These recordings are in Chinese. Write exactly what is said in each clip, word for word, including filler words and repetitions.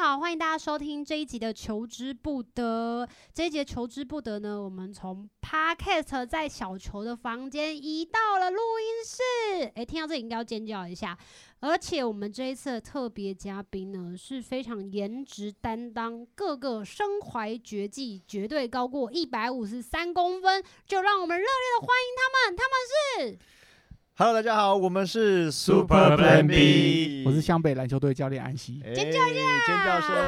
好，欢迎大家收听这一集的求之不得。这一集的求之不得呢，我们从 Podcast 在小球的房间移到了录音室。哎，听到这里应该要尖叫一下。而且我们这一次的特别嘉宾呢，是非常颜值担当，个个身怀绝技，绝对高过一百五十三公分。就让我们热烈的欢迎他们，他们是。 Hello， 大家好，我们是 Super Plan B， 我是湘北篮球队教练安西， 欸、 尖叫一下， 尖叫声！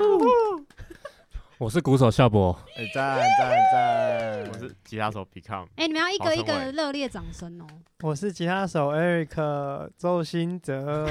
我是鼓手夏博， 哎、欸，赞赞赞！ 我是吉他手 Become， 哎、欸，你们要一个一个热烈掌声哦！ 我是吉他手 Eric 周兴哲，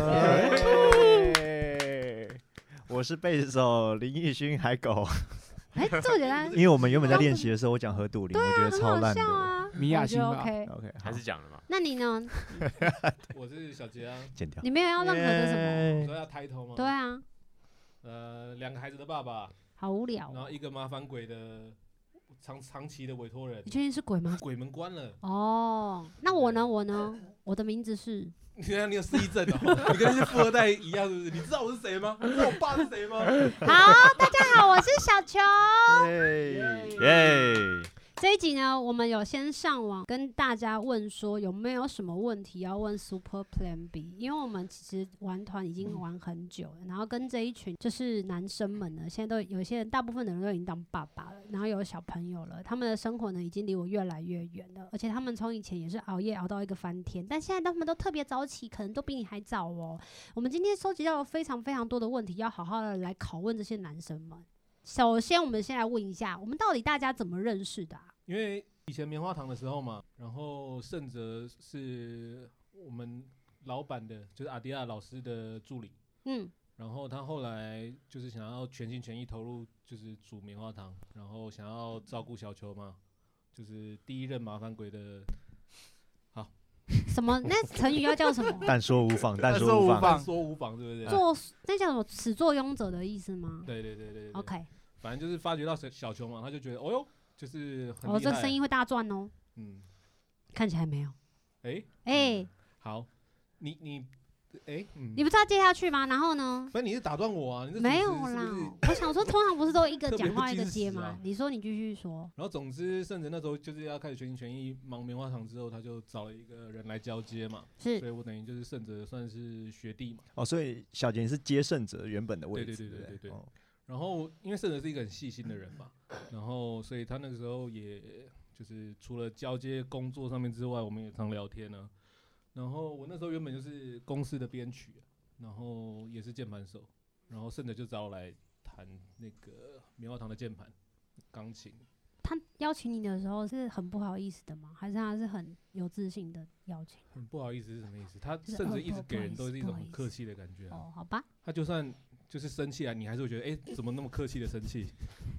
欸、我是贝斯手林奕勋海狗。 哎、欸，这么简单？ 因为我们原本在练习的时候，我讲何笃林，我觉得超烂的。 啊、 米亚星吧 ，OK， OK， 还是讲了嘛？ 那你呢？ 我是小杰啊， 剪掉。 你没有要任何的什么？ 你说要抬头吗？ 对啊。 呃，两个孩子的爸爸， 好无聊、哦。 然后一个麻烦鬼的长长期的委托人。 你确定是鬼吗？ 鬼门关了。 哦，那我呢？我呢？我的名字是。 你看你有失忆症哦，你跟那些富二代一样，是不是？你知道我是谁吗？你知道我爸是谁吗？ 好，大家好，我是小球。 耶耶！ 这一集呢，我们有先上网跟大家问说有没有什么问题要问 Super Plan B， 因为我们其实玩团已经玩很久了，然后跟这一群就是男生们呢，现在都有些人，大部分的人都已经当爸爸了，然后有小朋友了，他们的生活呢已经离我越来越远了，而且他们从以前也是熬夜熬到一个翻天，但现在他们都特别早起，可能都比你还早哦。我们今天收集到了非常非常多的问题，要好好的来拷问这些男生们。首先，我们先来问一下，我们到底大家怎么认识的啊？ 因为以前棉花糖的时候嘛，然后盛哲是我们老板的，就是阿迪亚老师的助理，嗯，然后他后来就是想要全心全意投入，就是煮棉花糖，然后想要照顾小球嘛，就是第一任麻烦鬼的，好， 什么？那成语要叫什么？ 但说无妨，但说无妨， 但说无妨，对不对？ 做那叫什么？始作俑者的意思吗？ 对对对 对, 对 OK， 反正就是发觉到小球嘛，他就觉得，哦哟。就是很厉害哦，这声音会大赚哦。嗯，看起来没有。 哎、欸、 哎、欸嗯， 好，你你哎、欸嗯， 你不是要接下去吗？然后呢？ 不是，你是打断我啊？你是没有啦，是是我想说，通常不是都一个讲话一个接吗？ 啊、 你说，你继续说。 然后总之，甚至那时候就是要开始全心全意忙棉花糖之后，他就找了一个人来交接嘛。 是， 所以我等于就是胜哲算是学弟嘛。 哦，所以小杰是接胜哲原本的位置。 对对对对对 对, 对、 哦。 然后，因为胜哲是一个很细心的人嘛，然后所以他那个时候也就是除了交接工作上面之外，我们也常聊天呢、啊。然后我那时候原本就是公司的编曲，然后也是键盘手，然后胜哲就找我来弹那个棉花糖的键盘、钢琴。 他邀请你的时候是很不好意思的吗？还是他是很有自信的邀请？ 很不好意思是什么意思？他甚至一直给人都是一种很客气的感觉、啊。 哦，好吧。 他就算就是生气啊，你还是会觉得，哎、欸，怎么那么客气的生气？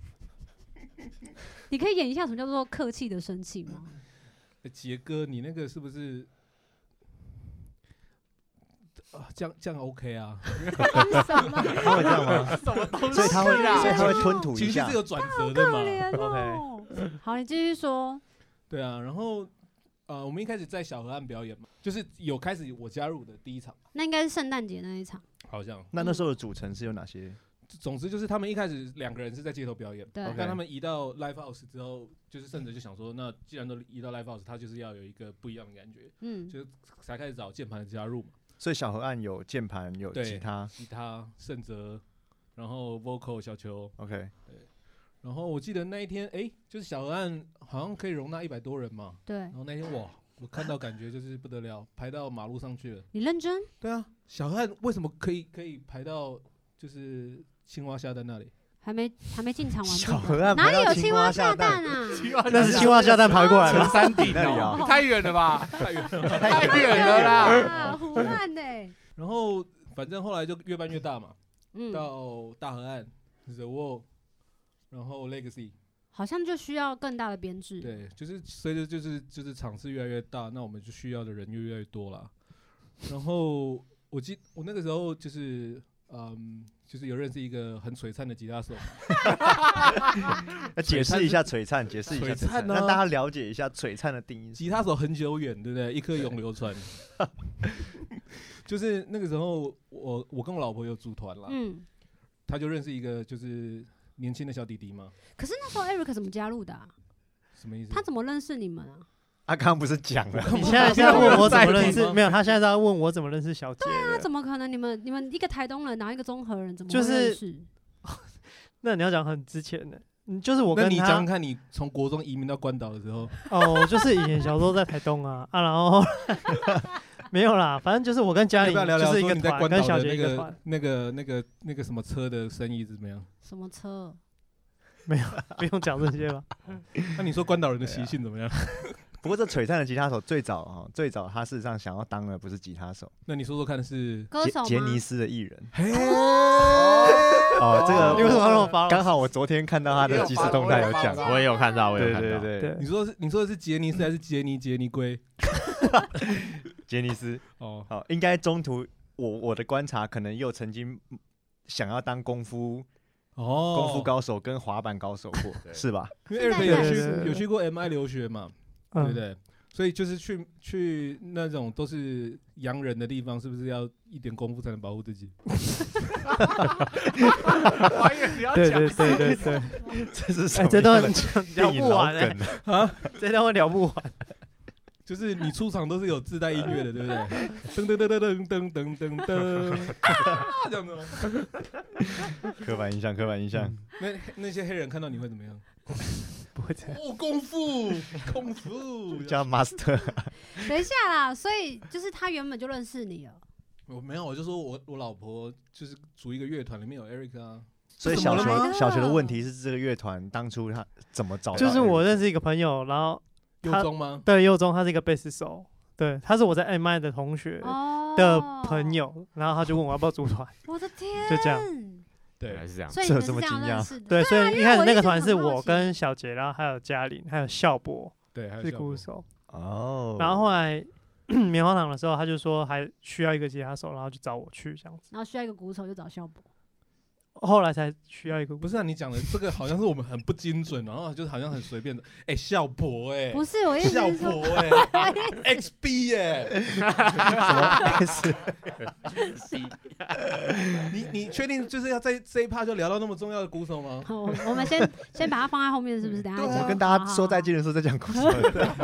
你可以演一下什么叫做客气的生气吗？ 杰、欸、哥，你那个是不是？啊，这样这样 OK 啊？ 什么？ 他会这样吗？ 什么东西？ 所以他会，所以他会吞吐一下。 情绪是有转折的嘛、 哦、？OK。好，你继续说。 对啊，然后呃，我们一开始在小河岸表演嘛，就是有开始我加入的第一场。 那应该是圣诞节那一场。 好像。 那那时候的组成是有哪些？ 总之就是他们一开始两个人是在街头表演， 对。 但他们移到 Live House 之后，就是胜哲就想说，那既然都移到 Live House， 他就是要有一个不一样的感觉，嗯，就才开始找键盘的加入嘛。 所以小河岸有键盘，有吉他， 吉他胜哲，然后 vocal 小球 ，OK， 对。然后我记得那一天，哎、欸，就是小河岸好像可以容纳一百多人嘛， 对。 然后那天哇，我看到感觉就是不得了，排到马路上去了。 你认真？ 对啊，小河岸为什么可以可以排到就是青蛙下蛋那里？ 还没还没进场完， 小河岸哪里有青蛙下蛋啊？ 那是青蛙下蛋排过来的，山顶那里啊， 太远了吧？ 太远了， 太远了啦！ 胡乱呢。 然后反正后来就越办越大嘛，嗯，到大河岸 The Wall， 然后 Legacy， 好像就需要更大的编制。 对，就是随着就是就是场次越来越大，那我们就需要的人就越来越多啦。然后我记我那个时候就是嗯。就是有认识一个很璀璨的吉他手， 要解释一下璀璨，解释一下璀璨，让大家了解一下璀璨的定义。 吉他手很久远，对不对？一颗永流传。就是那个时候我，我我跟我老婆有组团啦，嗯， 他就认识一个就是年轻的小弟弟嘛。 可是那时候 Eric 怎么加入的啊？ 什么意思？ 他怎么认识你们啊？ 他刚刚不是讲了？ 你现在现在问我怎么认识？没有，他现在在问我怎么认识小杰。 对啊，怎么可能？你们你们一个台东人，然后一个中和人，怎么会就是认识？ 那你要讲很之前的。嗯，就是我跟他， 那你讲讲看，你从国中移民到关岛的时候， 哦，就是以前小时候在台东啊啊，然后没有啦，反正就是我跟嘉玲就是一个团，跟小杰一个团。 那个那个那个什么车的生意怎么样？ 什么车？ 没有，不用讲这些吧。 那你说关岛人的习性怎么样？ 不过这璀璨的吉他手最早哈、哦，最早他事实上想要当的不是吉他手， 那你说说看是歌手吗？ 杰尼斯的艺人。 哦，这个你为什么要让我发？ 刚好我昨天看到他的即时动态有讲， 我也有看到，我也有看到。 对对对， 你说是你说的是杰尼斯还是杰尼杰尼龟？ 杰尼斯哦， 好，应该中途我我的观察可能又曾经想要当功夫。 哦， 功夫高手跟滑板高手过，是吧？ 因为 Eric 有去有去过 M I 留学嘛，对不对？所以就是去去那种都是洋人的地方，是不是要一点功夫才能保护自己？ 对对对对对， 这是什么？ 这段聊不完哎啊，这段会聊不完。 就是你出场都是有自带音乐的，对不对？噔噔噔噔噔噔噔噔，这样子吗？ 刻板印象，刻板印象。 那那些黑人看到你会怎么样？ 不会这样。 哦，功夫，功夫， 叫 master。 等一下啦，所以就是他原本就认识你了。 我没有，我就说我我老婆就是组一个乐团，里面有 Eric 啊。 所以小学小学的问题是这个乐团当初他怎么找到？ 就是我认识一个朋友，然后。 佑宗吗？ 对，佑宗他是一个贝斯手，对，他是我在 M I 的同学的朋友，哦、然后他就问我要不要组团。 我的天， 就这样， 对， 还是这样， 所以你们是这样认识的。 对，所以一开始那个团是我跟小杰，然后还有嘉玲，还有孝博， 对，还有是鼓手。 哦。 然后后来棉花糖的时候，他就说还需要一个吉他手，然后就找我去这样子。 然后需要一个鼓手，就找孝博。 后来才需要一个， 不是啊？你讲的这个好像是我们很不精准，然后就是好像很随便的。哎、欸，孝博哎， 不是我意思是说， 孝博哎 ，X B 哎、欸， 什么 X B？ 你你确定就是要在这一趴就聊到那么重要的鼓手吗？ 我我们先先把它放在后面，是不是？等一下讲。 我跟大家说再见的时候再讲鼓手。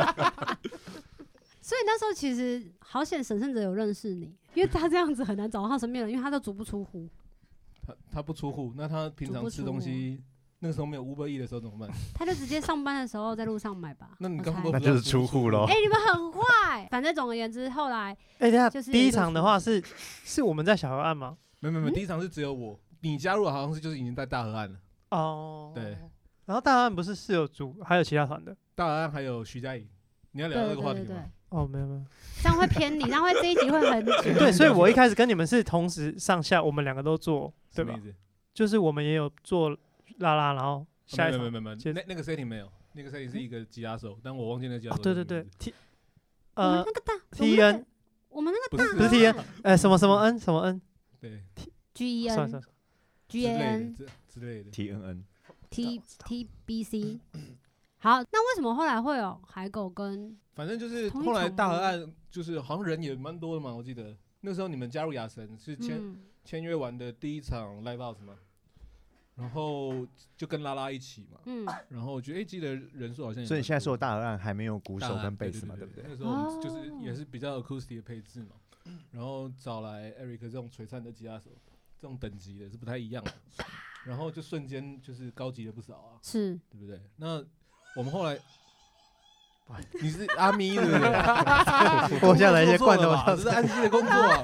所以那时候其实好险，沈胜哲有认识你，因为他这样子很难找到他身边人，因为他都足不出户。 他他不出户，那他平常吃东西，那个时候没有 Uber E 的时候怎么办？ 他就直接上班的时候在路上买吧。 那你刚刚那就是出户喽。 哎、欸，你们很坏。反正总而言之，后来哎，等下就是第一场的话是是我们在小河岸吗？ 没有没有，第一场是只有我，你加入好像是就是已经在大河岸了。 哦， 对。 然后大河岸不是是有组，还有其他团的。 大河岸还有徐佳莹，你要聊这个话题吗？ 哦，没有没有， 这样会偏离，这样会这一集会很久。 对，所以我一开始跟你们是同时上下，我们两个都做，对吧？就是我们也有做拉拉，然后下一场没有没有没有，那那个 setting 没有，那个 setting 是一个吉他手，但我忘记那个吉他手。 对对对 ，T 呃那个大 T N， 我们那个大不是 T N， 哎什么什么 N 什么 N， 对 ，G E N，G A N 之类的 ，T N N，T T B C。好，那为什么后来会有海狗跟？ 反正就是后来大河岸就是好像人也蛮多的嘛，我记得那时候你们加入亚神是签签约完的第一场 live house 嘛，然后就跟拉拉一起嘛，嗯，然后我觉得哎记得人数好像也， 所以你现在说的大河岸还没有鼓手跟贝斯嘛，对不对？ 那时候我们就是也是比较 acoustic 的配置嘛，然后找来 Eric 这种璀璨的吉他手，这种等级的是不太一样的，然后就瞬间就是高级了不少啊， 是， 对不对？那我们后来。你是阿咪是不是？ 我下来一些罐头， 这是安西的工作、啊。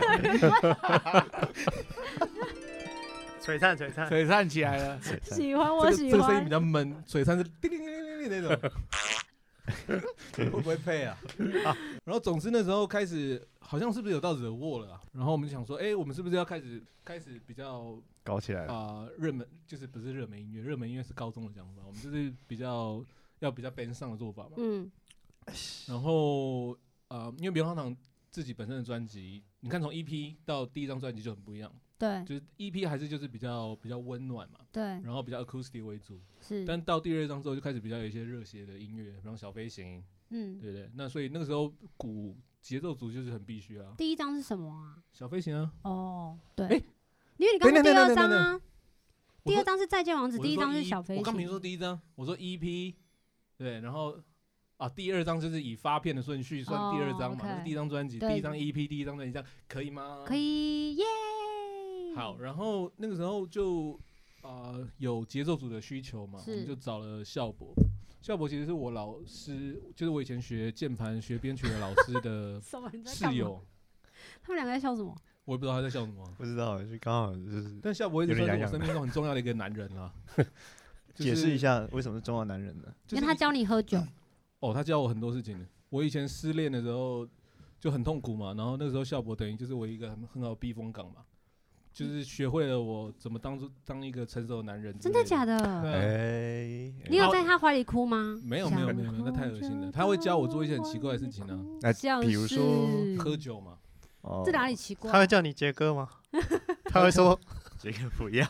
璀璨璀璨璀璨起来了， 喜欢我喜欢。 这个声音比较闷，璀璨是叮叮叮叮叮那种。会不会配啊？然后总之那时候开始，好像是不是有到惹沃了、啊？然后我们就想说，哎、欸，我们是不是要开始开始比较搞起来啊？呃、热门就是不是热门音乐，热门音乐是高中的讲法，我们就是比较要比较 band 上的做法嘛。嗯。然后呃，因为棉花糖自己本身的专辑，你看从 E P 到第一张专辑就很不一样。 对。 就是 E P 还是就是比较比较温暖嘛。 对。 然后比较 acoustic 为主。 是。 但到第二张之后就开始比较有一些热血的音乐，然后小飞行。嗯。对不对？那所以那个时候鼓节奏组就是很必须啊。 第一张是什么啊？ 小飞行啊。 哦，对。哎、欸，因为你刚刚第二张啊。 第二张是再见王子，第一张是小飞行。 我刚没说第一张，我说 E P， 对，然后啊，第二张就是以发片的顺序算第二张嘛，是第一张专辑，第一张 E P， 第一张专辑，这样可以吗？ 可以，耶！ 好，然后那个时候就呃有节奏组的需求嘛，我们就找了孝博。孝博其实是我老师，就是我以前学键盘、学编曲的老师的室友。 他们两个在笑什么？ 我也不知道他在笑什么， 不知道，就刚好就是。 但孝博一直算是我生命中很重要的一个男人啦。 就是、解释一下为什么是重要男人呢？ 因为他教你喝酒。 哦，他教我很多事情。我以前失恋的时候就很痛苦嘛，然后那个时候孝博等于就是我一个很很好的避风港嘛。就是学会了我怎么当当一个成熟的男人。 真的假的？ 哎， 你有在他怀里哭吗？ 没有没有没有，那太恶心了。他会教我做一些很奇怪的事情呢。 哎，比如说喝酒嘛。 哦。这哪里奇怪？ 他会叫你杰哥吗？他会说杰哥不要。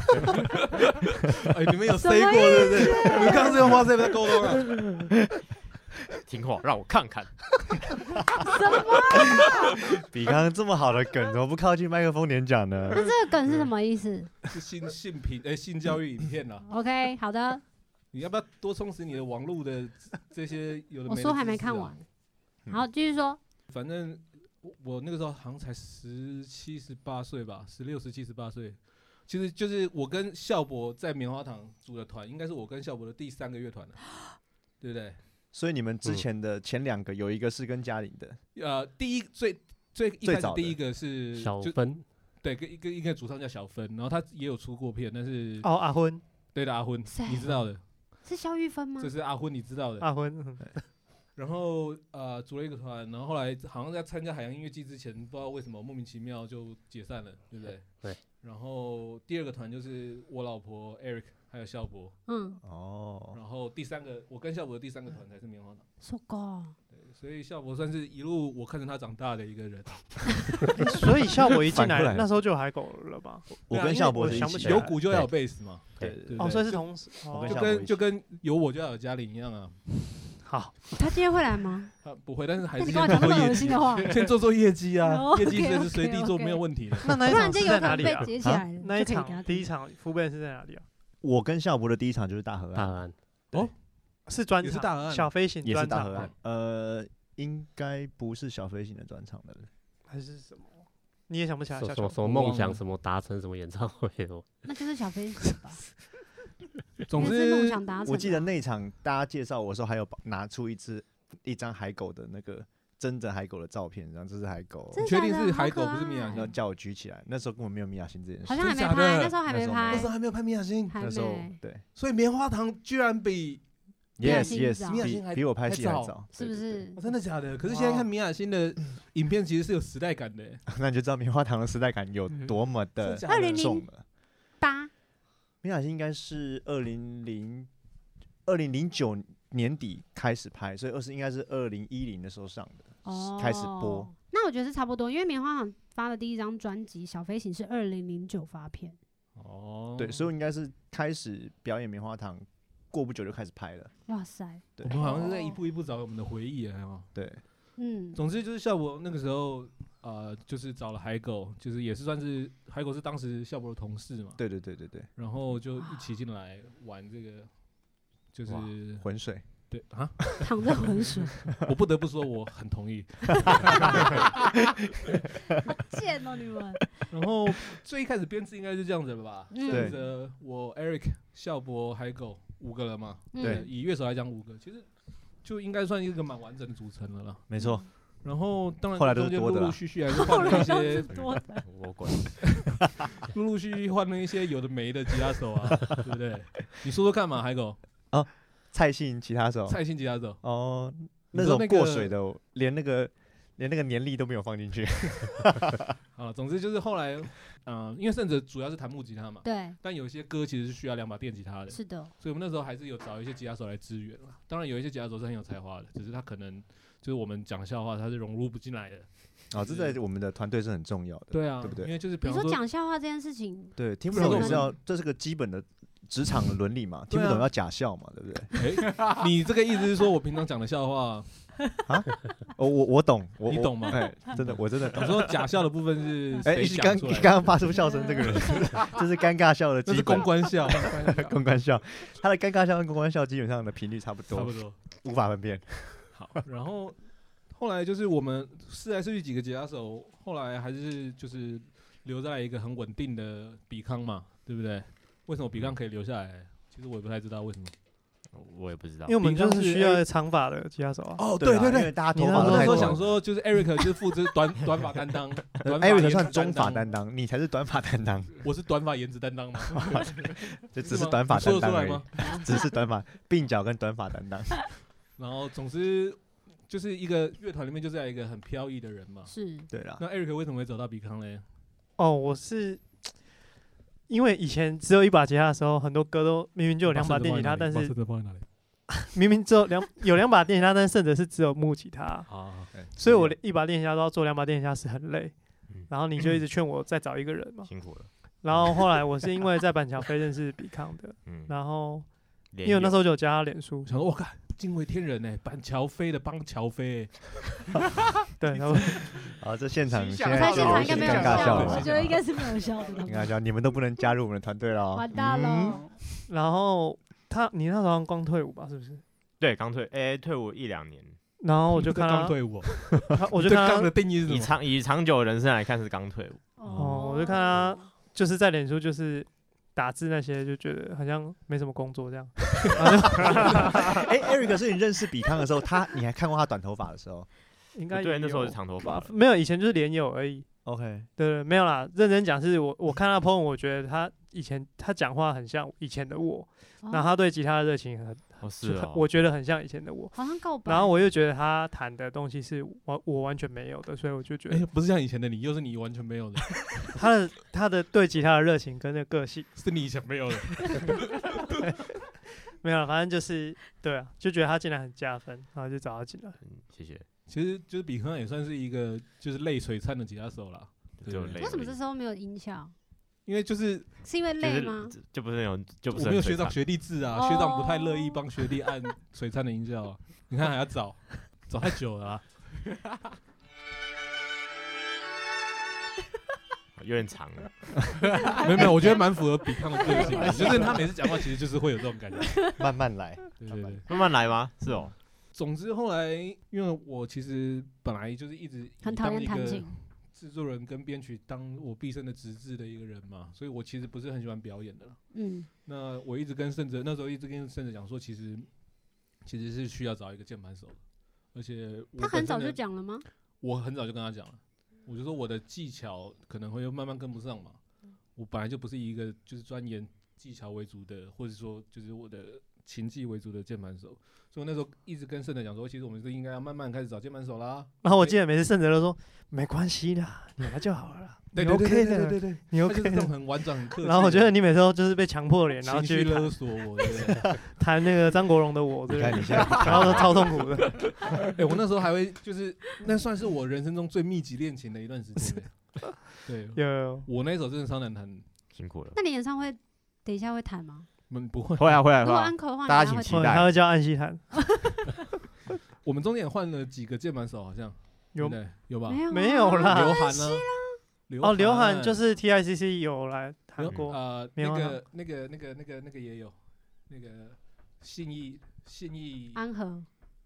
哎，你们有 say 过对不对？你们刚刚是用话 say 在沟通啊？ 听话，让我看看。 什么？ 比刚刚这么好的梗，怎么不靠近麦克风点讲呢？ 那这个梗是什么意思？ 是性性平哎性教育影片啦。 OK， 好的。 你要不要多充实你的网络的这些有的没的？ 我说还没看完。好，继续说。 反正我我那个时候好像才十七十八岁吧，十六十七十八岁。其实就是我跟孝博在棉花糖组的团，应该是我跟孝博的第三个乐团了，对不对？ 所以你们之前的前两个有一个是跟嘉玲的， 呃，第一最最一开始第一个是小芬， 对，一个一个主唱叫小芬，然后他也有出过片，但是哦阿昏， 对的阿昏，你知道的， 是肖玉芬吗？ 这是阿昏，你知道的阿昏。 然后呃组了一个团，然后后来好像在参加海洋音乐季之前，不知道为什么莫名其妙就解散了，对不对？ 对。 然后第二个团就是我老婆 Eric 还有孝博， 嗯， 哦， 然后第三个我跟孝博的第三个团才是棉花糖。 说过。 对，所以孝博算是一路我看着他长大的一个人。 所以孝博一进来那时候就有海狗了吧？ 我跟孝博想不起来，有鼓就要有贝斯嘛。 对对。 哦，所以是同时， 就跟就跟有我就要有嘉玲一样啊。 好， 他今天会来吗？ 他不会，但是还是先做做业绩的话， 先做做业绩啊，业绩随时随地做没有问题的。 那那一场是在哪里啊？ 那一场第一场副贝是在哪里啊？ 我跟孝博的第一场就是大河岸。 大河岸哦， 是专场，是大河岸小飞行也是大河岸。呃，应该不是小飞行的专场的， 还是什么？你也想不起来？ 什么什么梦想，什么达成，什么演唱会哦？ 那就是小飞行吧。 总之， 我记得那场大家介绍我的时候，还有拿出一只一张海狗的那个真的海狗的照片，然后这是海狗， 确定是海狗不是米亚星， 然后叫我举起来。那时候根本没有米亚星这件事， 好像还没拍，那时候还没拍， 那时候还没有拍米亚星， 那时候对， 所以棉花糖居然比 yes yes 米亚星比我拍戏还早， 是不是？ 真的假的？可是现在看米亚星的影片，其实是有时代感的， 那你就知道棉花糖的时代感有多么的重了。 八。 米亚星应该是二零零二零零九年底开始拍，所以二是应该是二零一零的时候上的，哦、开始播。 那我觉得是差不多，因为棉花糖发的第一张专辑《小飞行》是二零零九发片。 哦，对，所以我应该是开始表演棉花糖，过不久就开始拍了。 哇塞， 我们好像是在一步一步找我们的回忆啊。 对， 嗯， 总之就是孝博那个时候。呃，就是找了海狗，就是也是算是海狗是当时孝博的同事嘛。 对对对对对。 然后就一起进来玩这个，就是浑水。 对啊， 躺在浑水。 我不得不说，我很同意。 好贱哦你们。 然后最一开始编制应该是这样子了吧？ 嗯、 这样子，我 Eric、孝博、海狗五个人嘛。对。以乐手来讲，五个其实就应该算一个蛮完整的组成了啦。 没错。 然后当然， 后来都是多的， 陆陆续续还是换了一些， 我管， 陆陆续续换了一些有的没的吉他手啊，对不对？你说说看嘛，海狗。 哦，蔡信吉他手。 蔡信吉他手。 哦，那种过水的，连那个连那个年历都没有放进去。 啊，总之就是后来，嗯、呃，因为胜者主要是弹木吉他嘛， 对。 但有一些歌其实是需要两把电吉他的。 是的。 所以我们那时候还是有找一些吉他手来支援了。当然有一些吉他手是很有才华的，只是他可能。就是我们讲笑话，他是融入不进来的。 哦，这在我们的团队是很重要的。 对啊， 对不对？ 因为就是你说讲笑话这件事情， 对，听不懂也是要，这是个基本的职场伦理嘛，听不懂要假笑嘛，对不对？ 哎，你这个意思是说我平常讲的笑话啊，我我我懂，我你懂吗？ 哎，真的，我真的。 我说假笑的部分是哎， 谁刚想出来的？ 刚刚发出笑声，这个人这是尴尬笑的基这是本， 公关笑， 公关笑，他的尴尬笑跟公关笑基本上的频率差不多， 差不多， 无法分辨。 好，然后后来就是我们试来试去几个吉他手，后来还是就是留在一个很稳定的比康嘛，对不对？为什么比康可以留下来？其实我也不太知道为什么。 我也不知道， 因为我们就是需要长发的吉他手啊。 哦， 对对对， 对对， 大家头你那时候发都太多了。 想说，就是 Eric 就是负责短短发担当 ，Eric 算中发担当，你才是短发担当。 我是短发颜值担当吗？ 这只是短发担当而已， 吗？ 只是短发鬓角跟短发担当。 然后总之就是一个乐团里面就是要一个很飘逸的人嘛。 是， 对啦。 那 Eric 为什么会走到比康嘞？ 哦，我是因为以前只有一把吉他的时候，很多歌都明明就有两把电吉他，但是明明只有两有两把电吉他，但是甚至是只有木吉他。 啊， 所以我一把电吉他都要做两把电吉他是很累。然后你就一直劝我再找一个人嘛， 辛苦了。 然后后来我是因为在板桥飞认识比康的，然后因为那时候就有加他脸书， 想说我靠，惊为天人呢，板桥飞的帮乔飞。 对，然后啊，这现场现在在现场应该没有尴尬笑了， 我觉得应该是没有笑的。 尴尬笑，你们都不能加入我们的团队了， 完蛋了。 然后他，你那时候刚退伍吧？是不是？ 对，刚退，哎，退伍一两年。 然后我就看他刚退伍， 我就看刚的定义是什么？ 以长以长久人生来看是刚退伍。 哦，我就看他就是在脸书就是打字那些，就觉得好像没什么工作这样。 哎，Eric 是你认识比康的时候，他你还看过他短头发的时候？ 应该对，那时候是长头发， 没有以前就是连友而已。 OK， 对对，没有啦。认真讲，是我我看他 po 文，我觉得他以前他讲话很像以前的我，然后他对吉他的热情很， 哦是哦， 我觉得很像以前的我， 好像告白。 然后我又觉得他弹的东西是我我完全没有的，所以我就觉得， 哎，不是像以前的你，又是你完全没有的。 他的他的对吉他的热情跟那个性是你以前没有的。 没有，反正就是对啊，就觉得他进来很加分，然后就找他进来。 嗯，谢谢。 其实就是比康也算是一个就是泪璀璨的吉他手啦。 就累。 为什么这时候没有音效？ 因为就是是因为累吗？ 就不是那种，就不是我没有学长学弟制啊，学长不太乐意帮学弟按璀璨的音效啊。你看还要找，找太久了啊。 有点长了。 没有没有，我觉得蛮符合比康的个性的，就是他每次讲话其实就是会有这种感觉。 慢慢来， 对对对， 慢慢来吗？是哦。 总之后来，因为我其实本来就是一直很讨厌弹琴， 制作人跟编曲当我毕生的职志的一个人嘛，所以我其实不是很喜欢表演的。嗯，那我一直跟胜哲那时候一直跟胜哲讲说，其实其实是需要找一个键盘手，而且他很早就讲了吗？ 我很早就跟他讲了，我就说我的技巧可能会慢慢跟不上嘛，我本来就不是一个就是钻研技巧为主的，或者说就是我的琴技为主的键盘手。所以我那时候一直跟胜哲讲说，其实我们是应该要慢慢开始找键盘手啦。 然后我记得每次胜哲都说没关系的，你来就好了啦， 你 OK 的， 对对对， 你 OK 的，很婉转很客气。 然后我觉得你每次都就是被强迫脸，然后去勒索我， 弹那个张国荣的我， 你看你现在， 然后都超痛苦的。 哎，我那时候还会就是那算是我人生中最密集练琴的一段时间。对， 有我那首真的超难弹， 辛苦了。 那你演唱会等一下会弹吗？ 嗯，不会， 会啊会啊会啊。 大家请期待。 他会叫安西弹。 我们中间也换了几个键盘手，好像有有吧？ 没有啦。 刘涵呢？ 哦，刘涵就是 T I C C 有来弹过。 呃，那个那个那个那个那个也有，那个信义信义安和，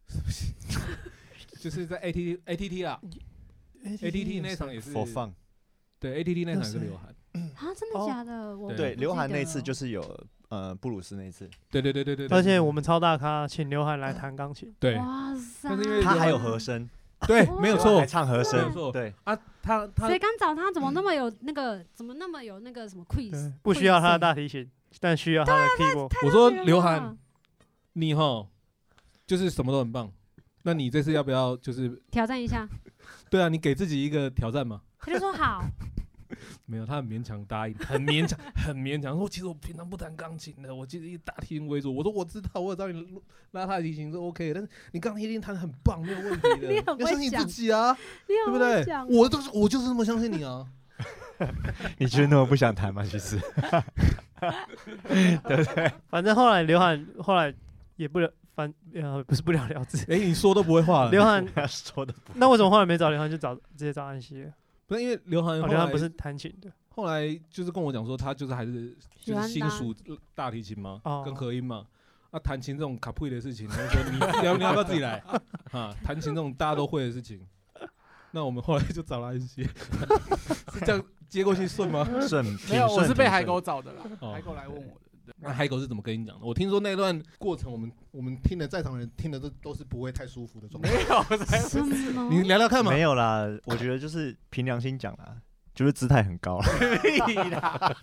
就是在 A T A T T 啦 ，A T T 那场也是佛放。 对 A T T 那场是刘涵。 啊，真的假的？我对刘涵那次就是有呃布鲁斯那次， 对对对对对， 而且我们超大咖，请刘涵来弹钢琴， 对， 哇塞， 但是因为他还有和声， 对，没有错， 还唱和声，对啊，他他谁敢找他？怎么那么有那个？怎么那么有那个什么 quiz？ 不需要他的大提琴，但需要他的 keyboard。 我说刘涵，你齁就是什么都很棒，那你这次要不要就是挑战一下？ 对啊，你给自己一个挑战嘛。 他就说好。 没有，他很勉强答应，很勉强，很勉强。说其实我平常不弹钢琴的，我其实以大提琴为主。我说我知道，我有找你拉大提琴是 OK， 但是你钢琴一定弹得很棒，没有问题的。 你很会讲， 要相信自己啊， 对不对？我就是我就是这么相信你啊。 你其实那么不想弹吗？其实，对不对？ 反正后来刘涵后来也不翻呃不是不了了之。 哎、欸，你说都不会话了。 刘涵说的， 那为什么后来没找刘涵，就找直接找安息？ 不是因为刘涵， 刘涵不是弹琴的， 后来就是跟我讲说，他就是还是就是新属大提琴嘛， 哦、 跟和音嘛。啊，弹琴这种卡配的事情，他说你你要你要不要自己来啊？弹琴这种大家都会的事情，那我们后来就找了安息，是这样接过去顺吗？ 顺， 没有，我是被海狗找的啦，哦、海狗来问我的。 那海狗是怎么跟你讲的？我听说那段过程，我们我们听的在场人听的都都是不会太舒服的状态。 没有， 什么？ 你聊聊看嘛。 没有啦，我觉得就是凭良心讲啦，就是姿态很高啦。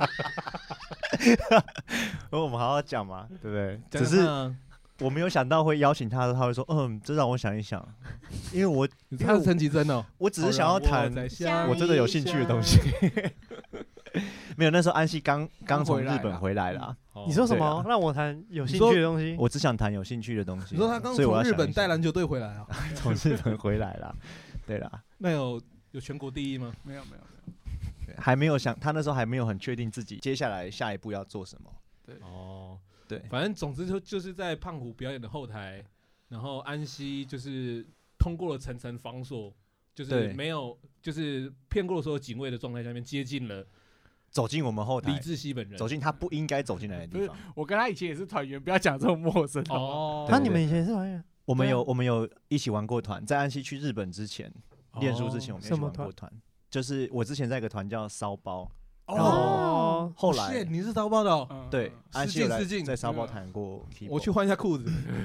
我们好好讲嘛，对不对？只是我没有想到会邀请他的，他会说，嗯，这让我想一想，因为我他是陈绮贞哦， 我只是想要谈我真的有兴趣的东西。没有，那时候安息刚刚从日本回来啦。 你说什么？让我谈有兴趣的东西？ 我只想谈有兴趣的东西。 你说他刚从日本带篮球队回来啊？ 从日本回来啦，对啦。 那有有全国第一吗？ 没有，没有，没有。 还没有想，他那时候还没有很确定自己接下来下一步要做什么。 对， 哦， 对， 反正总之就就是在胖虎表演的后台，然后安息就是通过了层层防锁，就是没有就是骗过了所有警卫的状态下面接近了。 走进我们后台， 李志熙本人走进他不应该走进来的地方。 我跟他以前也是团员，不要讲这么陌生哦。 那、啊、你们以前是团员？ 我们有我们有一起玩过团，在安息去日本之前，念书之前，我们一起玩过团。就是我之前在一个团叫骚包，然后后来你是骚包的哦。 对，安息有来在骚包弹过 keyboard。 我去换一下裤子。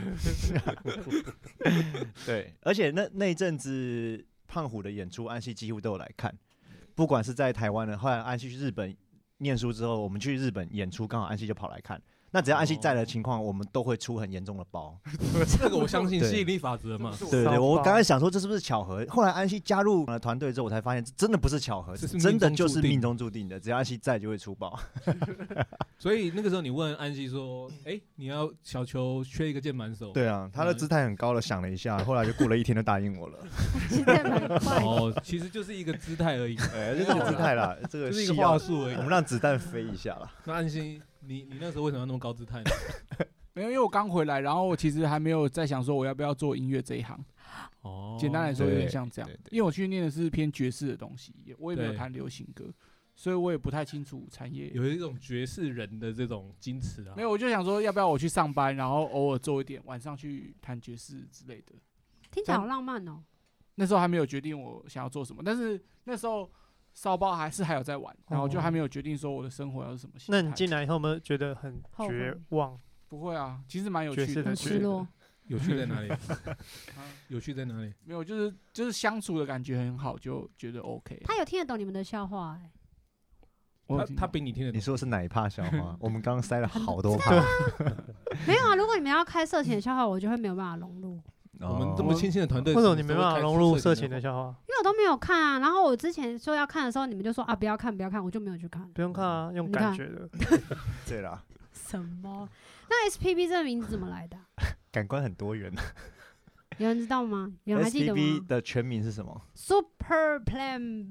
对，而且那那一阵子胖虎的演出，安息几乎都有来看。不管是在台湾的，后来安息去日本念书之后，我们去日本演出，刚好安息就跑来看。那只要安息在的情况，我们都会出很严重的包。 这个我相信吸引力法则嘛。 对对对，我刚才想说这是不是巧合？后来安息加入了团队之后，我才发现真的不是巧合，真的就是命中注定的。只要安息在，就会出包。 所以那个时候你问安息说：“哎、欸，你要小球缺一个键盘手？” 对啊，他的姿态很高了，想了一下，后来就过了一天就答应我了。 哦，其实就是一个姿态而已， 哎，就这个姿态啦，这个就是一个话术而已。 我们让子弹飞一下啦。 那安息。你你那时候为什么要那么高姿态呢？ 没有，因为我刚回来，然后我其实还没有在想说我要不要做音乐这一行。哦，简单来说有点像这样，因为我去念的是偏爵士的东西，我也没有弹流行歌，所以我也不太清楚产业。 有一种爵士人的这种矜持啊。 没有，我就想说要不要我去上班，然后偶尔做一点，晚上去弹爵士之类的。 听起来好浪漫哦。 那时候还没有决定我想要做什么，但是那时候。骚包还是还有在玩，然后就还没有决定说我的生活要是什么形态。 那你进来以后有没有觉得很绝望？ 不会啊，其实蛮有趣的。 很失落。 有趣在哪里？有趣在哪里？ 没有，就是就是相处的感觉很好，就觉得 OK。 他有听得懂你们的笑话哎、 欸。他他比你听得懂。 你说的是哪一趴笑话？我们刚刚塞了好多趴。 没有啊，如果你们要开色情的笑话，我就会没有办法融入。 我们这么清新的团队， 为什么你没办法融入色情的笑话？ 因为我都没有看啊。然后我之前说要看的时候，你们就说啊不要看不要看，我就没有去看。 不用看啊，用感觉的。 对啦。 什么？那 S P B 这个名字怎么来的、啊？ 感官很多元。 有人知道吗？有人还记得吗 ？S P B 的全名是什么 ？Super Plan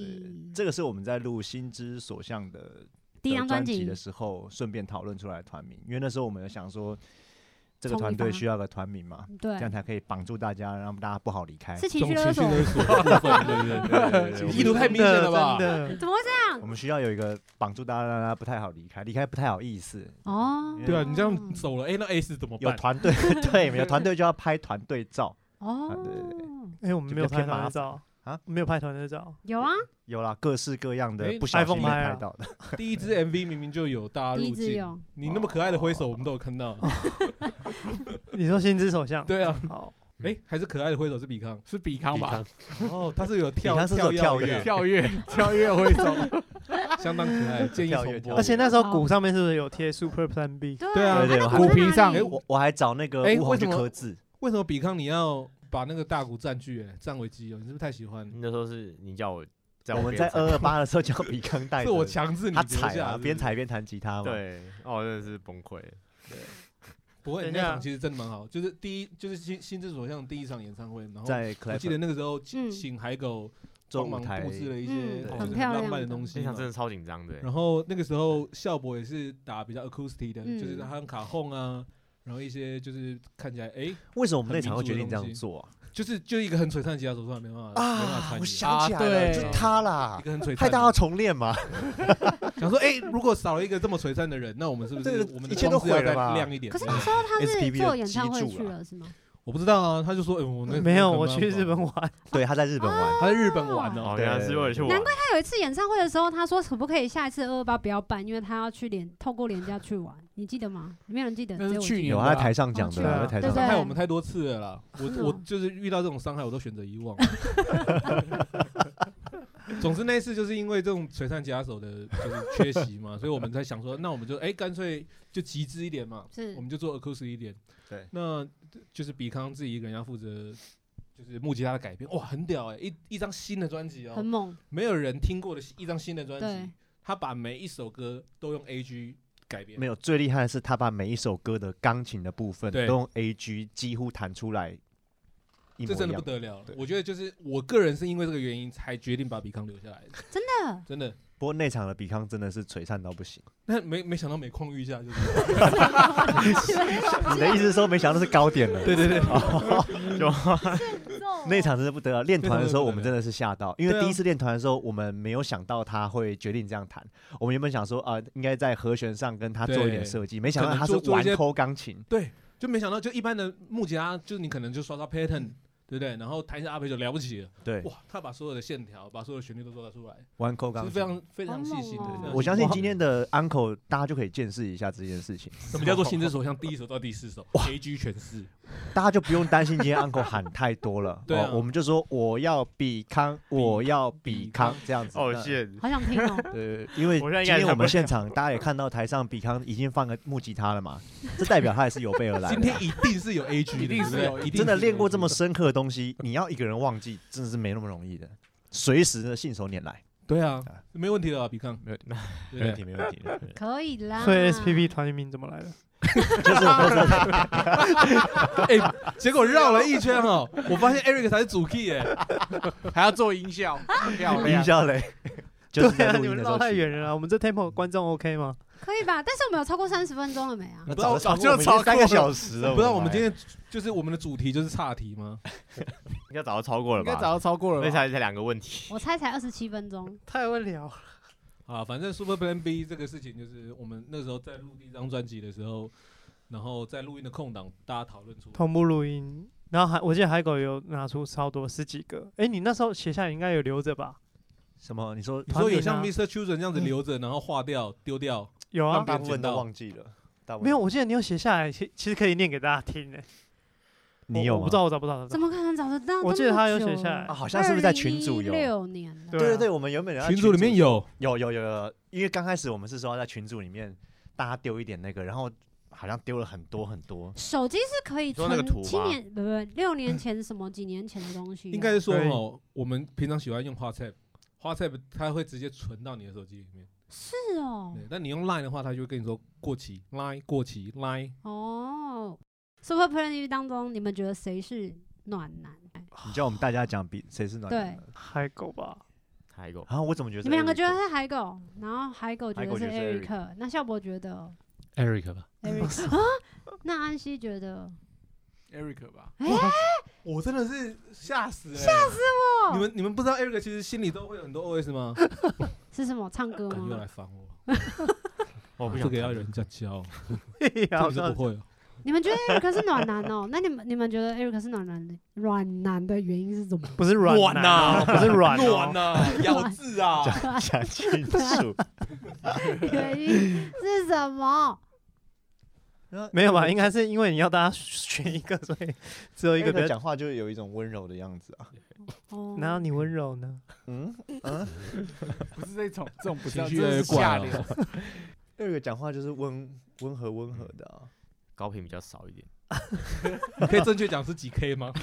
B。 这个是我们在录《心之所向》的第一张专辑的时候，顺便讨论出来的团名。因为那时候我们有想说。这个团队需要个团名嘛， 对， 这样才可以绑住大家，让大家不好离开。 是情绪勒索， 对对对，意图太明显了吧？ 怎么会这样？ 我们需要有一个绑住大家，让大家不太好离开，离开不太好意思。 哦， 对啊，你这样走了，哎，那 A 是怎么办？ 有团队，对，有团队就要拍团队照。 哦， 对对对， 哎，我们没有拍团队照啊，没有拍团队照。 有啊， 有啦，各式各样的，不小心拍到的。 第一支 M V 明明就有大家入镜，你那么可爱的挥手，我们都有看到。 你说心之所向？ 对啊， 好， 哎，还是可爱的挥手是比康， 是比康吧？ 哦，他是有跳跳跳跃跳跃跳跃挥手， 相当可爱，建议重播。 而且那时候鼓上面是不是有贴 Super Plan B？ 对啊， 对对， 鼓皮上， 哎，我我还找那个乌红去刻字。 为什么比康你要把那个大鼓占据？哎，占为己有，你是不是太喜欢？ 那时候是你叫我。 我们在二二八的时候叫比康带， 是我强制你他踩啊，边踩边弹吉他嘛。 对，哦，真的是崩溃。 对，不会，那场其实真的蛮好，就是第一就是心心之所向第一场演唱会，然后在我记得那个时候请海狗帮忙布置了一些很浪漫的东西， 那场真的超紧张的。 然后那个时候校博也是打比较 acoustic 的，就是他用卡轰啊。 然后一些就是看起来哎， 为什么我们那场会决定这样做啊？ 就是就一个很璀璨的吉他手突然没办法啊，没办法参与。 我想起来了，就是他啦， 一个很璀璨， 害大家重练嘛。 想说，哎，如果少了一个这么璀璨的人，那我们是不是我们一切都毁了吧？ 亮一点。 可是那时候他是做演唱会去了，是吗？ 我不知道啊，他就说，哎，我没有，我去日本玩。 对，他在日本玩， 他在日本玩哦， 原来是为了去玩。 难怪他有一次演唱会的时候，他说可不可以下一次二二八不要办，因为他要去连透过连假去玩，你记得吗？没有人记得， 那是去年有他在台上讲的，在台上伤害我们太多次了啦。我我就是遇到这种伤害，我都选择遗忘。总之那一次就是因为这种璀璨吉他手的就是缺席嘛，所以我们才想说，那我们就哎干脆就极致一点嘛，我们就做 acoustic 一点。 对， 那就是比康自己一个人要负责，就是木吉他的改编，哇，很屌哎、欸，一一张新的专辑哦， 很猛， 没有人听过的一张新的专辑，他把每一首歌都用 A G 改编。 没有，最厉害的是他把每一首歌的钢琴的部分都用 A G 几乎弹出来。 这真的不得了，我觉得就是我个人是因为这个原因才决定把比康留下来的， 真的， 真的。 不过那场的比康真的是璀璨到不行， 那没没想到每况愈下，就是。 你的意思是说没想到是高点了？ 对对对， 那场真的不得了。练团的时候我们真的是吓到，因为第一次练团的时候我们没有想到他会决定这样弹，我们原本想说啊、呃，应该在和弦上跟他做一点设计，没想到他是玩抠钢琴， 对，就没想到就一般的木吉他，就是你可能就刷刷 pattern。对不对？然后弹一下阿培就了不起了。 对， 哇，他把所有的线条，把所有的旋律都做得出来， 玩扣钢琴， 是非常非常细心的。 哦、我相信今天的 Uncle 大家就可以见识一下这件事情。 什么叫做心之所向？第一首到第四首 ，A G 全是， 大家就不用担心今天 Uncle 喊太多了。 对、啊哦，我们就说我要比康，我要比康这样子。 哦，谢， 好想听哦。 对，因为今天我们现场大家也看到台上比康已经放个木吉他了嘛，这代表他也是有备而来的。 今天一定是有 A G， 一定是有， 真的练过这么深刻的东西，你要一个人忘记，真的是没那么容易的。随时的信手拈来。 对啊，没问题的啊，比康没没问题，没问题的。 可以啦。 所以 S P P 团名怎么来的？ 就是我们哎、欸，结果绕了一圈哦，我发现 Eric 才是主 key 哎、 欸，还要做音效， 音效嘞。 就是对啊，你们绕太远了啦。我们这 tempo 观众 OK 吗？ 可以吧？但是我们有超过三十分钟了没啊？ 不知道早就超三个小时了。 不知道我们今天就是我们的主题就是岔题吗？ 应该早就超过了吧？ 应该早就超过了吧？ 那才才两个问题。 我猜才二十七分钟， 太无聊了。 啊，反正 Super Plan B 这个事情，就是我们那时候在录第一张专辑的时候，然后在录音的空档，大家讨论出同步录音，然后还我记得海狗有拿出超多十几个，哎、欸，你那时候写下来应该有留着吧？ 什么？你说你说有像 Mister Children 这样子留着，然后划掉丢掉？ 有啊， 大部分都忘记了。 没有，我记得你有写下来，其其实可以念给大家听诶。 你有吗？ 我不知道，我找不到。 怎么可能找得到？ 我记得他有写下来， 啊，好像是不是在群组有？ 六年了。 对对对，我们原本群组里面有有有有，因为刚开始我们是说在群组里面大家丢一点那个，然后好像丢了很多很多。 手机是可以存七年不不六年前什么几年前的东西？ 应该是说哦，我们平常喜欢用 WhatsApp。WhatsApp 它会直接存到你的手机里面。 是哦。 对，但你用 Line 的话，它就会跟你说过期 ，Line 过期 ，Line。 哦 ，Super Plan B 当中，你们觉得谁是暖男？ 你叫我们大家讲比谁是暖男？ 对， 海狗吧， 海狗。 啊，我怎么觉得？ 你们两个觉得是海狗，然后海狗觉得是 Eric， 那孝伯觉得 Eric 吧。 Eric 啊，那安西觉得 Eric 吧。 哎、 欸，我真的是吓死了、欸， 吓死我！ 你们你们不知道 Eric 其实心里都会有很多 O S 吗？ 是什么？唱歌吗？ 又来烦我，我不想给要人家教， 好像不会、喔。 你们觉得 Eric 是暖男哦？那你们你们觉得 Eric 是暖男的软男的原因是什么？ 不是软男， 不是软暖啊，咬字啊， 讲清楚。 原因是什么？ 没有吧？应该是因为你要大家选一个，所以只有一个。 讲话就有一种温柔的样子啊。 哦， 哪有你温柔呢？ 嗯嗯， 不是这种，这种不叫， 这是下流。 那个讲话就是温温和温和的啊， 高频比较少一点。 你可以正确讲是几 K 吗？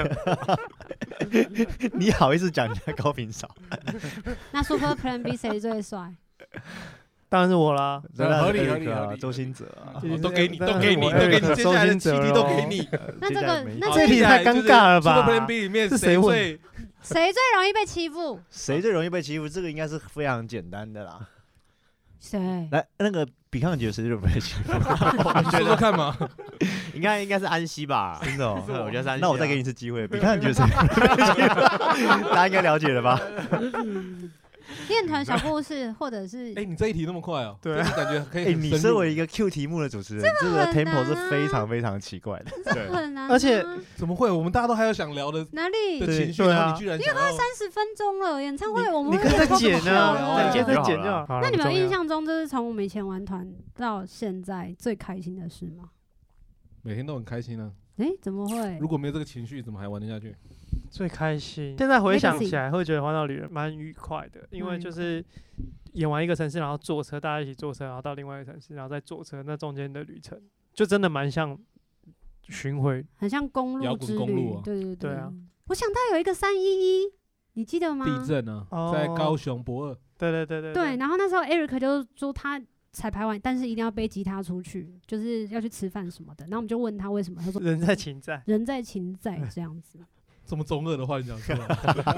你好意思讲人家高频少？ 那 Super Plan B 谁最帅？ 当然是我啦， 合理合理合理。 周兴哲啊， 都给你，都给你，都给你，接下来的七题都给你。 那这个，那这题太尴尬了吧 ？Super Plan B 里面是谁问？ 谁最容易被欺负？ 谁最容易被欺负？这个应该是非常简单的啦。 谁？ 来，那个比康觉得谁最容易被欺负？ 你说说看嘛。 应该应该是安西吧？ 真的哦， 我觉得是安西。 那我再给你一次机会，比看觉得谁？大家应该了解了吧？ 练团小故事，或者是哎，你这一题那么快哦？ 对， 感觉可以。 哎，你身为一个 Q 题目的主持人，这个 tempo 是非常非常奇怪的， 这很难。 而且怎么会？我们大家都还有想聊的哪里的情绪，然后你居然因为他三十分钟了，演唱会我们你可以再剪啊， 剪再剪就好。 那你们印象中，这是从我们以前玩团到现在最开心的事吗？ 每天都很开心啊。 哎，怎么会？ 如果没有这个情绪，怎么还玩得下去？ 最开心，现在回想起来会觉得《环岛旅人》蛮愉快的，因为就是演完一个城市，然后坐车，大家一起坐车，然后到另外一个城市，然后再坐车，那中间的旅程就真的蛮像巡回， 很像公路之旅。 啊、 对对对啊！ 我想到有一个三一一，你记得吗？ 地震啊，哦、在高雄博二。 对对对对。 对，然后那时候 Eric 就说他彩排完，但是一定要背吉他出去，就是要去吃饭什么的。然后我们就问他为什么，他说人在情在， 人在情在这样子。 这么中二的话你讲出来，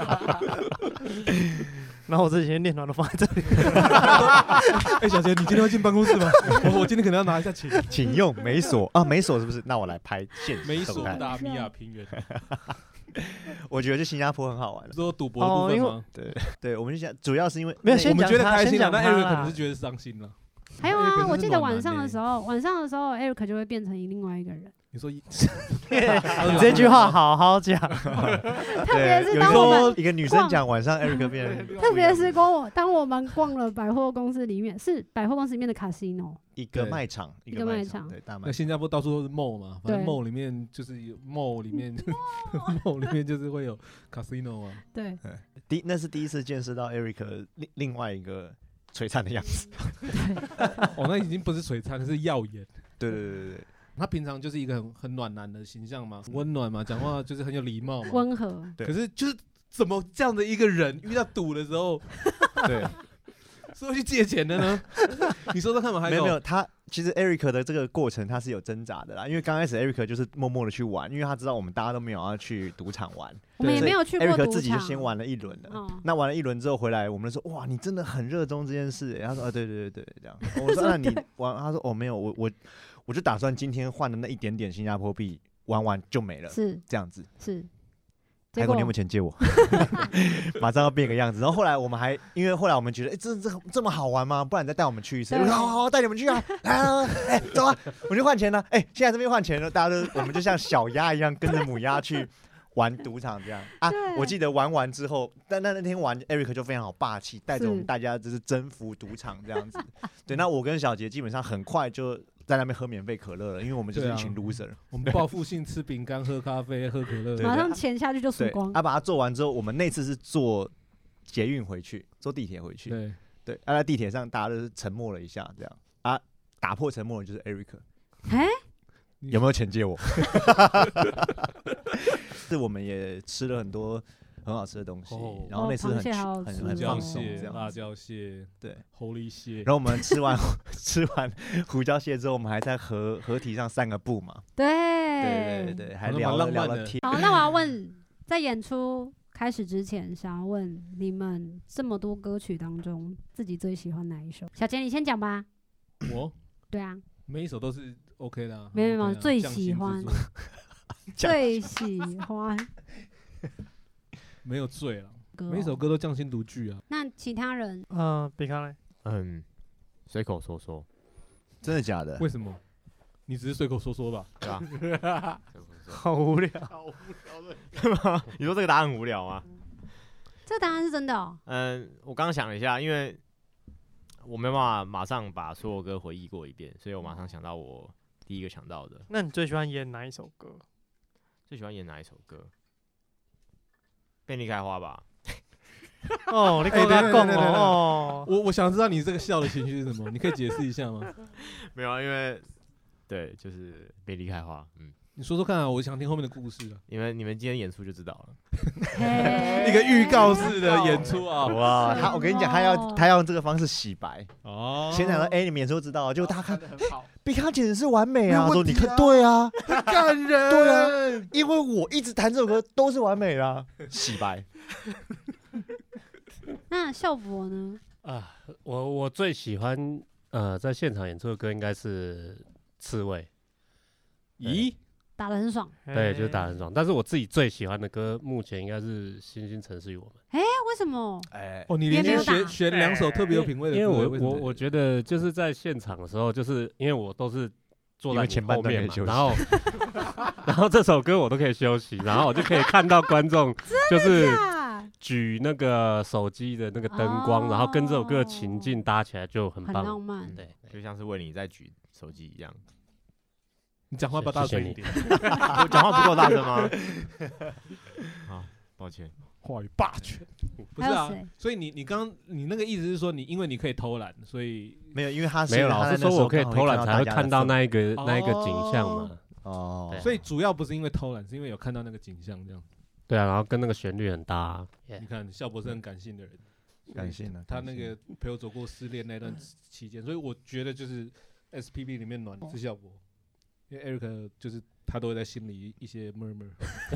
然后我这几天练团都放在这里。 哎，小杰，你今天要进办公室吗？我我今天可能要拿一下琴， 请用美索啊，美索是不是？那我来拍现美索达米亚平原。 我觉得去新加坡很好玩， 说赌博的部分吗？ 对对，我们就想，主要是因为没有， 我们觉得开心了，那 Eric 可能是觉得伤心了。 还有啊，我记得晚上的时候，晚上的时候 Eric 就会变成另外一个人。 你说，你这句话好好讲。 特别是当我们一个女生讲晚上 Eric 变， 特别是当我当我们逛了百货公司里面，是百货公司里面的 casino， 一个卖场， 一个卖场， 对，大卖场。 那新加坡到处都是 mall 嘛，反正 mall 里面就是有 mall 里面 mall 里面就是会有 casino 啊。 对， 第那是第一次见识到 Eric 另另外一个璀璨的样子。 哦，那已经不是璀璨，是耀眼。 对对对对。 他平常就是一个很很暖男的形象嘛，温暖嘛，讲话就是很有礼貌嘛， 温和。 可是就是怎么这样的一个人遇到赌的时候，对，是会去借钱的呢？你说说看嘛，还没有没有，他其实 Eric 的这个过程他是有挣扎的啦，因为刚开始 Eric 就是默默的去玩，因为他知道我们大家都没有要去赌场玩， 我们也没有去过赌场 ，Eric 自己就先玩了一轮了。哦、那玩了一轮之后回来，我们就说哇，你真的很热衷这件事、欸。他说啊，对对对对，这样。我说那你玩，他说哦没有，我我。我就打算今天换的那一点点新加坡币玩完就没了， 是这样子。 是， 还给你有没有钱借我？马上要变个样子。然后后来我们还因为后来我们觉得，哎、欸，这这这么好玩吗？不然你再带我们去一次。好好好，带你们去啊！来来来，哎，走啊！我去换钱了。哎、欸，现在这边换钱了，大家都我们就像小鸭一样跟着母鸭去玩赌场这样啊。我记得玩完之后，但那那天玩 Eric 就非常好霸气，带着我们大家就是征服赌场这样子。对，那我跟小杰基本上很快就在那边喝免费可乐了，因为我们就是一群 loser、啊。 我们报复性吃饼干、喝咖啡、喝可乐， 马上钱下去就输光。 啊，把它做完之后，我们那次是坐捷运回去，坐地铁回去。 对对，啊，在地铁上大家都是沉默了一下，这样啊，打破沉默的就是 Eric。 哎、欸， 有没有钱借我？是我们也吃了很多很好吃的东西，哦、然后那次很哦、 很很放松，这样辣椒蟹， 对， 狐狸蟹。 然后我们吃完吃完胡椒蟹之后，我们还在河河堤上散个步嘛。 对对对对，还聊了聊了天。 好，那我要问，在演出开始之前，想要问你们这么多歌曲当中，自己最喜欢哪一首？小杰，你先讲吧。 我？ 对啊， 每一首都是 OK 的、啊。 没有没有，最喜欢。最喜欢。 没有醉了，每首歌都匠心独具啊。 那其他人， 嗯，比看嘞， 嗯，随口说说， 真的假的？ 为什么？你只是随口说说吧， 对吧？ 好无聊， 好无聊的。你说这个答案很无聊吗？ 这个答案是真的哦。 嗯，我刚刚想了一下，因为我没办法马上把所有歌回忆过一遍，所以我马上想到我第一个想到的。 那你最喜欢演哪一首歌？ 最喜欢演哪一首歌？便利开花吧。 哦，你可以讲哦。 我我想知道你这个笑的情绪是什么，你可以解释一下吗？ 没有啊，因为对，就是便利开花。嗯， 你说说看啊，我想听后面的故事啊。 你们你们今天演出就知道了。 一个预告式的演出啊！ 哇，他我跟你讲，他要他要用这个方式洗白哦。 先讲说，哎，你们演出知道，结果大家看，比他简直是完美啊！说你看，对啊， 很感人， 对啊，因为我一直弹这首歌都是完美的啊，洗白。 那校博呢？ 啊，我我最喜欢呃在现场演出的歌应该是《刺猬》。 咦， 打得很爽。 对，就是打得很爽。但是我自己最喜欢的歌，目前应该是《星星城市与我们》。 哎，为什么？ 哎，哦，你连续选选两首特别有品味的歌， 因为我我我觉得就是在现场的时候，就是因为我都是坐在前半面嘛，然后然后这首歌我都可以休息，然后我就可以看到观众就是举那个手机的那个灯光，然后跟这首歌的情境搭起来就很棒， 很浪漫。 对，就像是为你在举手机一样。 你讲话不大声一点， 我讲话不够大声吗？好，抱歉。 话语霸权，不是啊？所以你你刚刚你那个意思是说，你因为你可以偷懒，所以没有，因为他没有老师说我可以偷懒才会看到那一个那一个景象嘛。 哦， 所以主要不是因为偷懒，是因为有看到那个景象这样。 对啊，然后跟那个旋律很搭。 你看，孝伯是很感性的人， 感性的。 他那个陪我走过失恋那段期间，所以我觉得就是 S P B 里面暖是孝伯。因为 Eric 就是他都会在心里一些 murmur，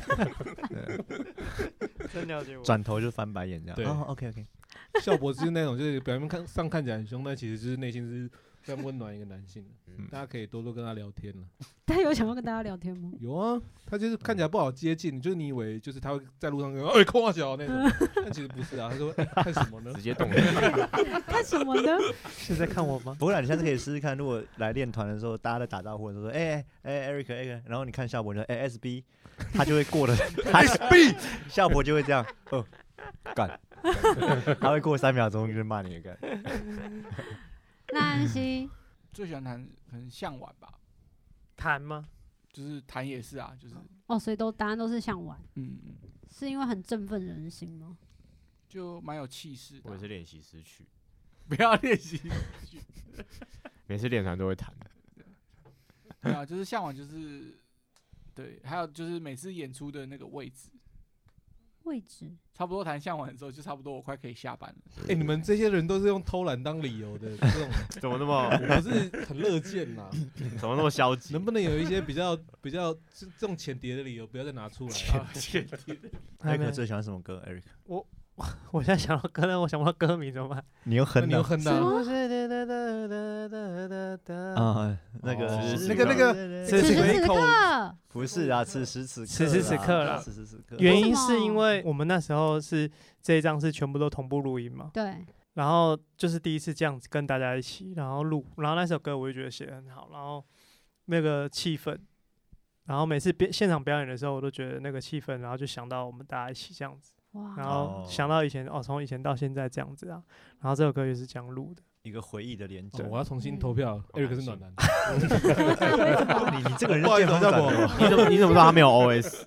真了解我。 转头就翻白眼这样。 对、 哦、，OK OK。 孝伯是那种就是表面看上看起来很凶，但其实就是内心是非常温暖一个男性。嗯，大家可以多多跟他聊天了。 他有想要跟大家聊天吗？ 有啊，他就是看起来不好接近，就是你以为就是他会在路上跟哎空话小那种，但其实不是啊。他说、欸、看什么呢？ 直接动了。 看什么呢？ 是在看我吗？ 不过你下次可以试试看，如果来练团的时候，大家在打招呼的时候说，哎哎 Eric Eric， 然后你看孝伯，你说哎 S B， 他就会过了 S B， 孝伯就会这样，哦，干，他会过三秒钟就骂你干。 那安西最喜欢弹可能向晚吧。 弹吗？ 就是弹也是啊，就是哦，所以都答案都是向晚， 嗯， 是因为很振奋人心吗？ 就蛮有气势的。 我也是练习诗曲， 不要练习诗曲， 每次练团都会弹。 对啊，就是向晚就是对，还有就是每次演出的那个位置， 位置差不多弹向晚的时候，就差不多我快可以下班了。 哎、欸，你们这些人都是用偷懒当理由的，这种怎么那么我不是很乐见呐？ 怎么那么消极？ 能不能有一些比较比较这种浅碟的理由，不要再拿出来？ 浅碟。 Eric 最喜欢什么歌 ？Eric， 我我现在想到歌，但我想不到歌名怎么办？ 你又哼的，你又哼的啊？那个那个那个， 此时此刻不是啊，此时此刻， 此时此刻啦， 此时此刻。 原因是因为我们那时候是这一张是全部都同步录音嘛， 对。 然后就是第一次这样子跟大家一起，然后录，然后那首歌我就觉得写得很好，然后那个气氛，然后每次表现场表演的时候，我都觉得那个气氛，然后就想到我们大家一起这样子。然后想到以前哦，从以前到现在这样子啊，然后这首歌也是这样录的， 一个回忆的连接。 哦、我要重新投票、嗯、，Eric 是暖男。 你你这个人是健康感的， 你怎么你怎么知道他没有 O S？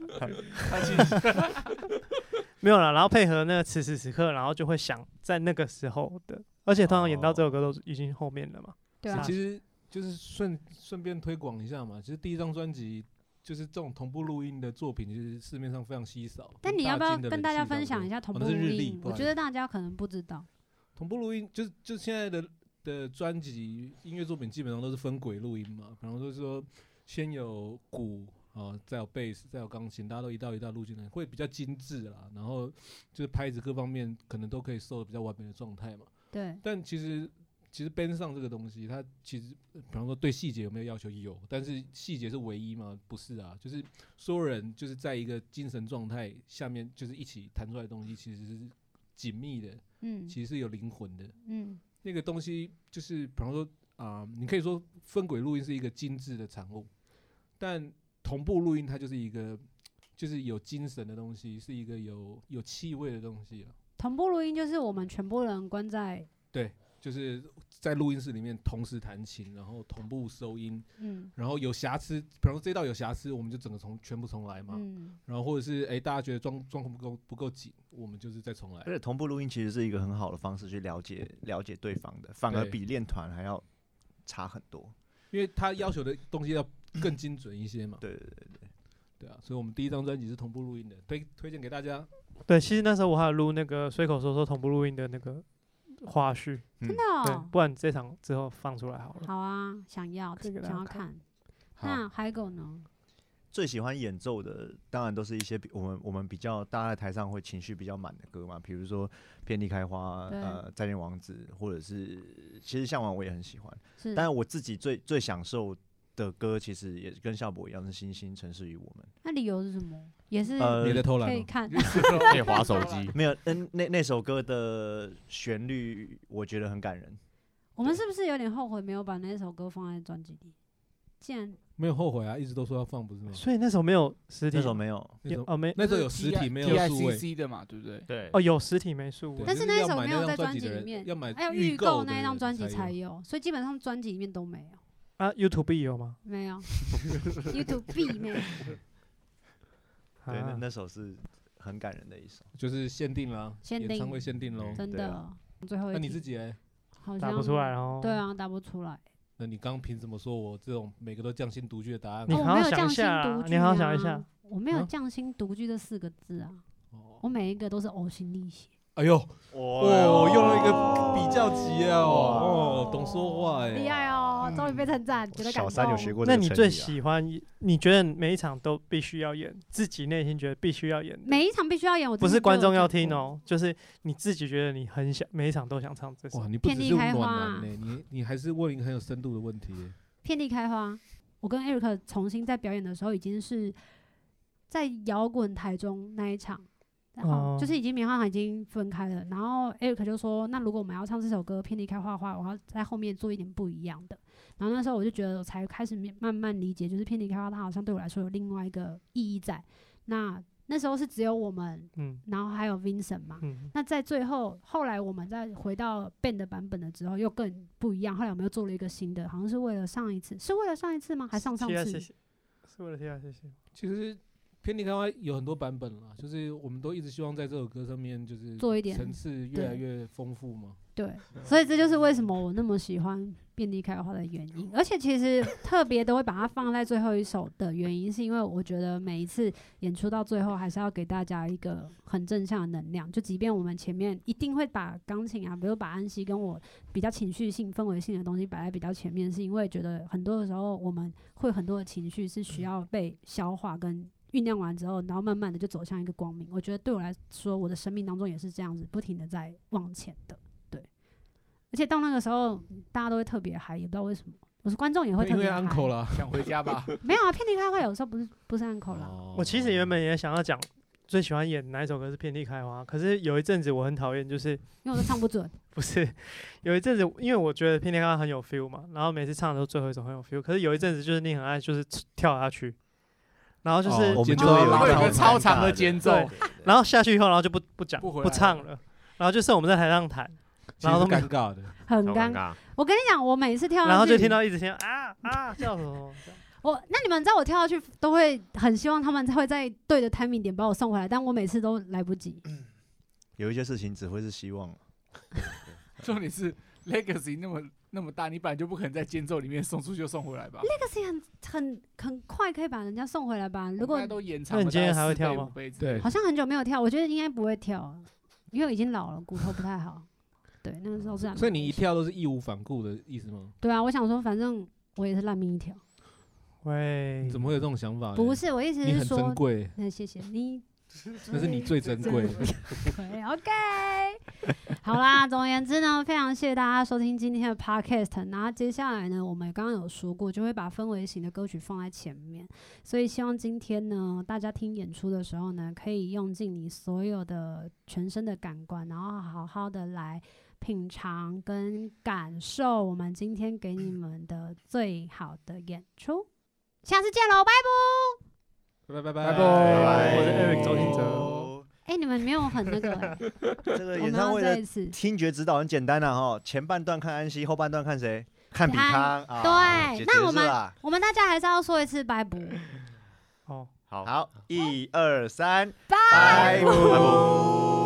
没有啦，然后配合那个此时此刻，然后就会想在那个时候的，而且通常演到这首歌都已经后面了嘛。 对啊， 其实就是顺顺便推广一下嘛，其实第一张专辑。就是这种同步录音的作品，其实市面上非常稀少。 但你要不要跟大家分享一下同步录音？ 哦、 我觉得大家可能不知道。 同步录音就是就现在的的专辑音乐作品基本上都是分轨录音嘛，比方说说先有鼓啊，再有贝斯，再有钢琴，大家都一道一道录进来，会比较精致啦。然后就是拍子各方面可能都可以收的比较完美的状态嘛。 对。 但其实。其实 band 上这个东西，它其实，比方说对细节有没有要求？有，但是细节是唯一吗？不是啊，就是所有人就是在一个精神状态下面，就是一起弹出来的东西，其实是紧密的，嗯，其实是有灵魂的，嗯，那个东西就是，比方说啊、呃，你可以说分轨录音是一个精致的产物，但同步录音它就是一个，就是有精神的东西，是一个有有气味的东西啊。 同步录音就是我们全部人关在对。就是在录音室里面同时弹琴，然后同步收音，嗯，然后有瑕疵，比方说这道有瑕疵，我们就整个从全部重来嘛，嗯，然后或者是哎、欸、大家觉得状状况不够不够紧，我们就是再重来。 而且同步录音其实是一个很好的方式去了解了解对方的，反而比练团还要差很多， 因为他要求的东西要更精准一些嘛。 对对对对， 对啊，所以我们第一张专辑是同步录音的，推推荐给大家。 对，其实那时候我还有录那个随口说说同步录音的那个。花絮真的、哦对，不然这场之后放出来好了。 好啊，想要想要看。那海狗呢？ 最喜欢演奏的，当然都是一些我们我们比较大家在台上会情绪比较满的歌嘛，比如说《遍地开花》呃，《再见王子》，或者是其实《向往》我也很喜欢。但是我自己最最享受的歌其实也跟校博一样是星星城市与我们。 那理由是什么？也是呃， 你的偷懒可以看， 可以滑手机。 没有，嗯，那那首歌的旋律我觉得很感人。 我们是不是有点后悔没有把那首歌放在专辑里？既然没有后悔啊，一直都说要放，不是吗？ 所以那首没有实体， 那首没有， 有哦没， 那首有实体没有数位 T I C C 的嘛，对不对？ 对， 哦有实体没数位， 但是那一首没有在专辑里面， 要买要预购那一张专辑才有，所以基本上专辑里面都没有。 啊 ，YouTube 有吗？ 没有，YouTube 没有。 对，那那首是很感人的一首， 就是限定了， 限定演唱会限定喽， 真的。最后一， 那你自己哎， 好像打不出来哦。 对啊，打不出来。 那你刚凭什么说我这种每个都匠心独具的答案？ 你好好想一下，你好好想一下， 我没有匠心独具这四个字啊，我每一个都是呕心沥血。 哎呦，哦，用了一个比较级啊，哦，懂说话哎， 厉害哦，终于被称赞，觉得感动。 小三有学过。 那你最喜欢？你觉得每一场都必须要演，自己内心觉得必须要演， 每一场必须要演，我不是观众要听哦，就是你自己觉得你很想每一场都想唱这首。 哇，你不只是暖男呢，你你还是问一个很有深度的问题。 遍地开花，我跟 Eric 重新在表演的时候，已经是在摇滚台中那一场。然后就是已经棉花糖已经分开了，然后 Eric 就说：“那如果我们要唱这首歌《遍地开花》的话，我要在后面做一点不一样的。”然后那时候我就觉得，我才开始慢慢理解，就是《遍地开花》它好像对我来说有另外一个意义在。那那时候是只有我们，嗯，然后还有 Vincent 嘛。嗯、那在最后，后来我们再回到 band 的版本了之后，又更不一样。后来我们又做了一个新的，好像是为了上一次，是为了上一次吗？还上上次？ 是为了 T R C C。 其实。遍地开花有很多版本啦，就是我们都一直希望在这首歌上面就是做一点层次越来越丰富嘛。 对，所以这就是为什么我那么喜欢遍地开花的原因。而且其实特别都会把它放在最后一首的原因，是因为我觉得每一次演出到最后，还是要给大家一个很正向的能量。就即便我们前面一定会把钢琴啊，比如把安息跟我比较情绪性、氛围性的东西摆在比较前面，是因为觉得很多的时候我们会很多的情绪是需要被消化跟酝酿完之后，然后慢慢的就走向一个光明。我觉得对我来说，我的生命当中也是这样子，不停的在往前的。对，而且到那个时候，大家都会特别嗨，也不知道为什么。我是观众也会特别嗨。 因为 uncle 啦， 想回家吧？ 没有啊，遍地开花有时候不是不是 uncle 啦。 哦、我其实原本也想要讲最喜欢演哪一首歌是遍地开花，可是有一阵子我很讨厌，就是因为我都唱不准。 不是，有一阵子因为我觉得遍地开花很有 feel 嘛，然后每次唱的都最后一首很有 feel， 可是有一阵子就是你很爱就是跳下去。然后就是、 哦、我们就会有一个超长的间奏， 然后下去以后，然后就不不讲不, 不唱了，然后就剩我们在台上弹，然后都尴尬的， 很尴尬。我跟你讲，我每次跳上去， 然后就听到一直听啊啊叫什么。 我那你们知道我跳下去都会很希望他们会在对的 timing 点把我送回来，但我每次都来不及。 有一些事情只会是希望。 重点是 Legacy 那么。那么大，你本来就不可能在间奏里面送出就送回来吧 ？Legacy 很很很快可以把人家送回来吧？如果都延长， 那你今天还会跳吗？ 对， 好像很久没有跳，我觉得应该不会跳，因为已经老了，骨头不太好。对，那个时候是。 所以你一跳都是义无反顾的意思吗？ 对啊，我想说，反正我也是烂命一条。 喂， 怎么会有这种想法？ 不是，我意思是说， 你很珍贵。 那谢谢你。 那是你最珍贵的。 对 ，OK。好啦，总而言之呢，非常谢谢大家收听今天的 Podcast。然后接下来呢，我们刚刚有说过，就会把氛围型的歌曲放在前面。所以希望今天呢，大家听演出的时候呢，可以用尽你所有的全身的感官，然后好好的来品尝跟感受我们今天给你们的最好的演出。下次见喽，拜拜。 拜拜拜拜拜！我是 Eric 周兴哲。 哎，你们没有很那个、欸， 这个演唱会的听觉指导很简单啊，哈，前半段看安息，后半段看谁？看比康。 对， 啊、 那我们我们大家还是要说一次拜拜。 好， 好，好，一二三， 拜拜。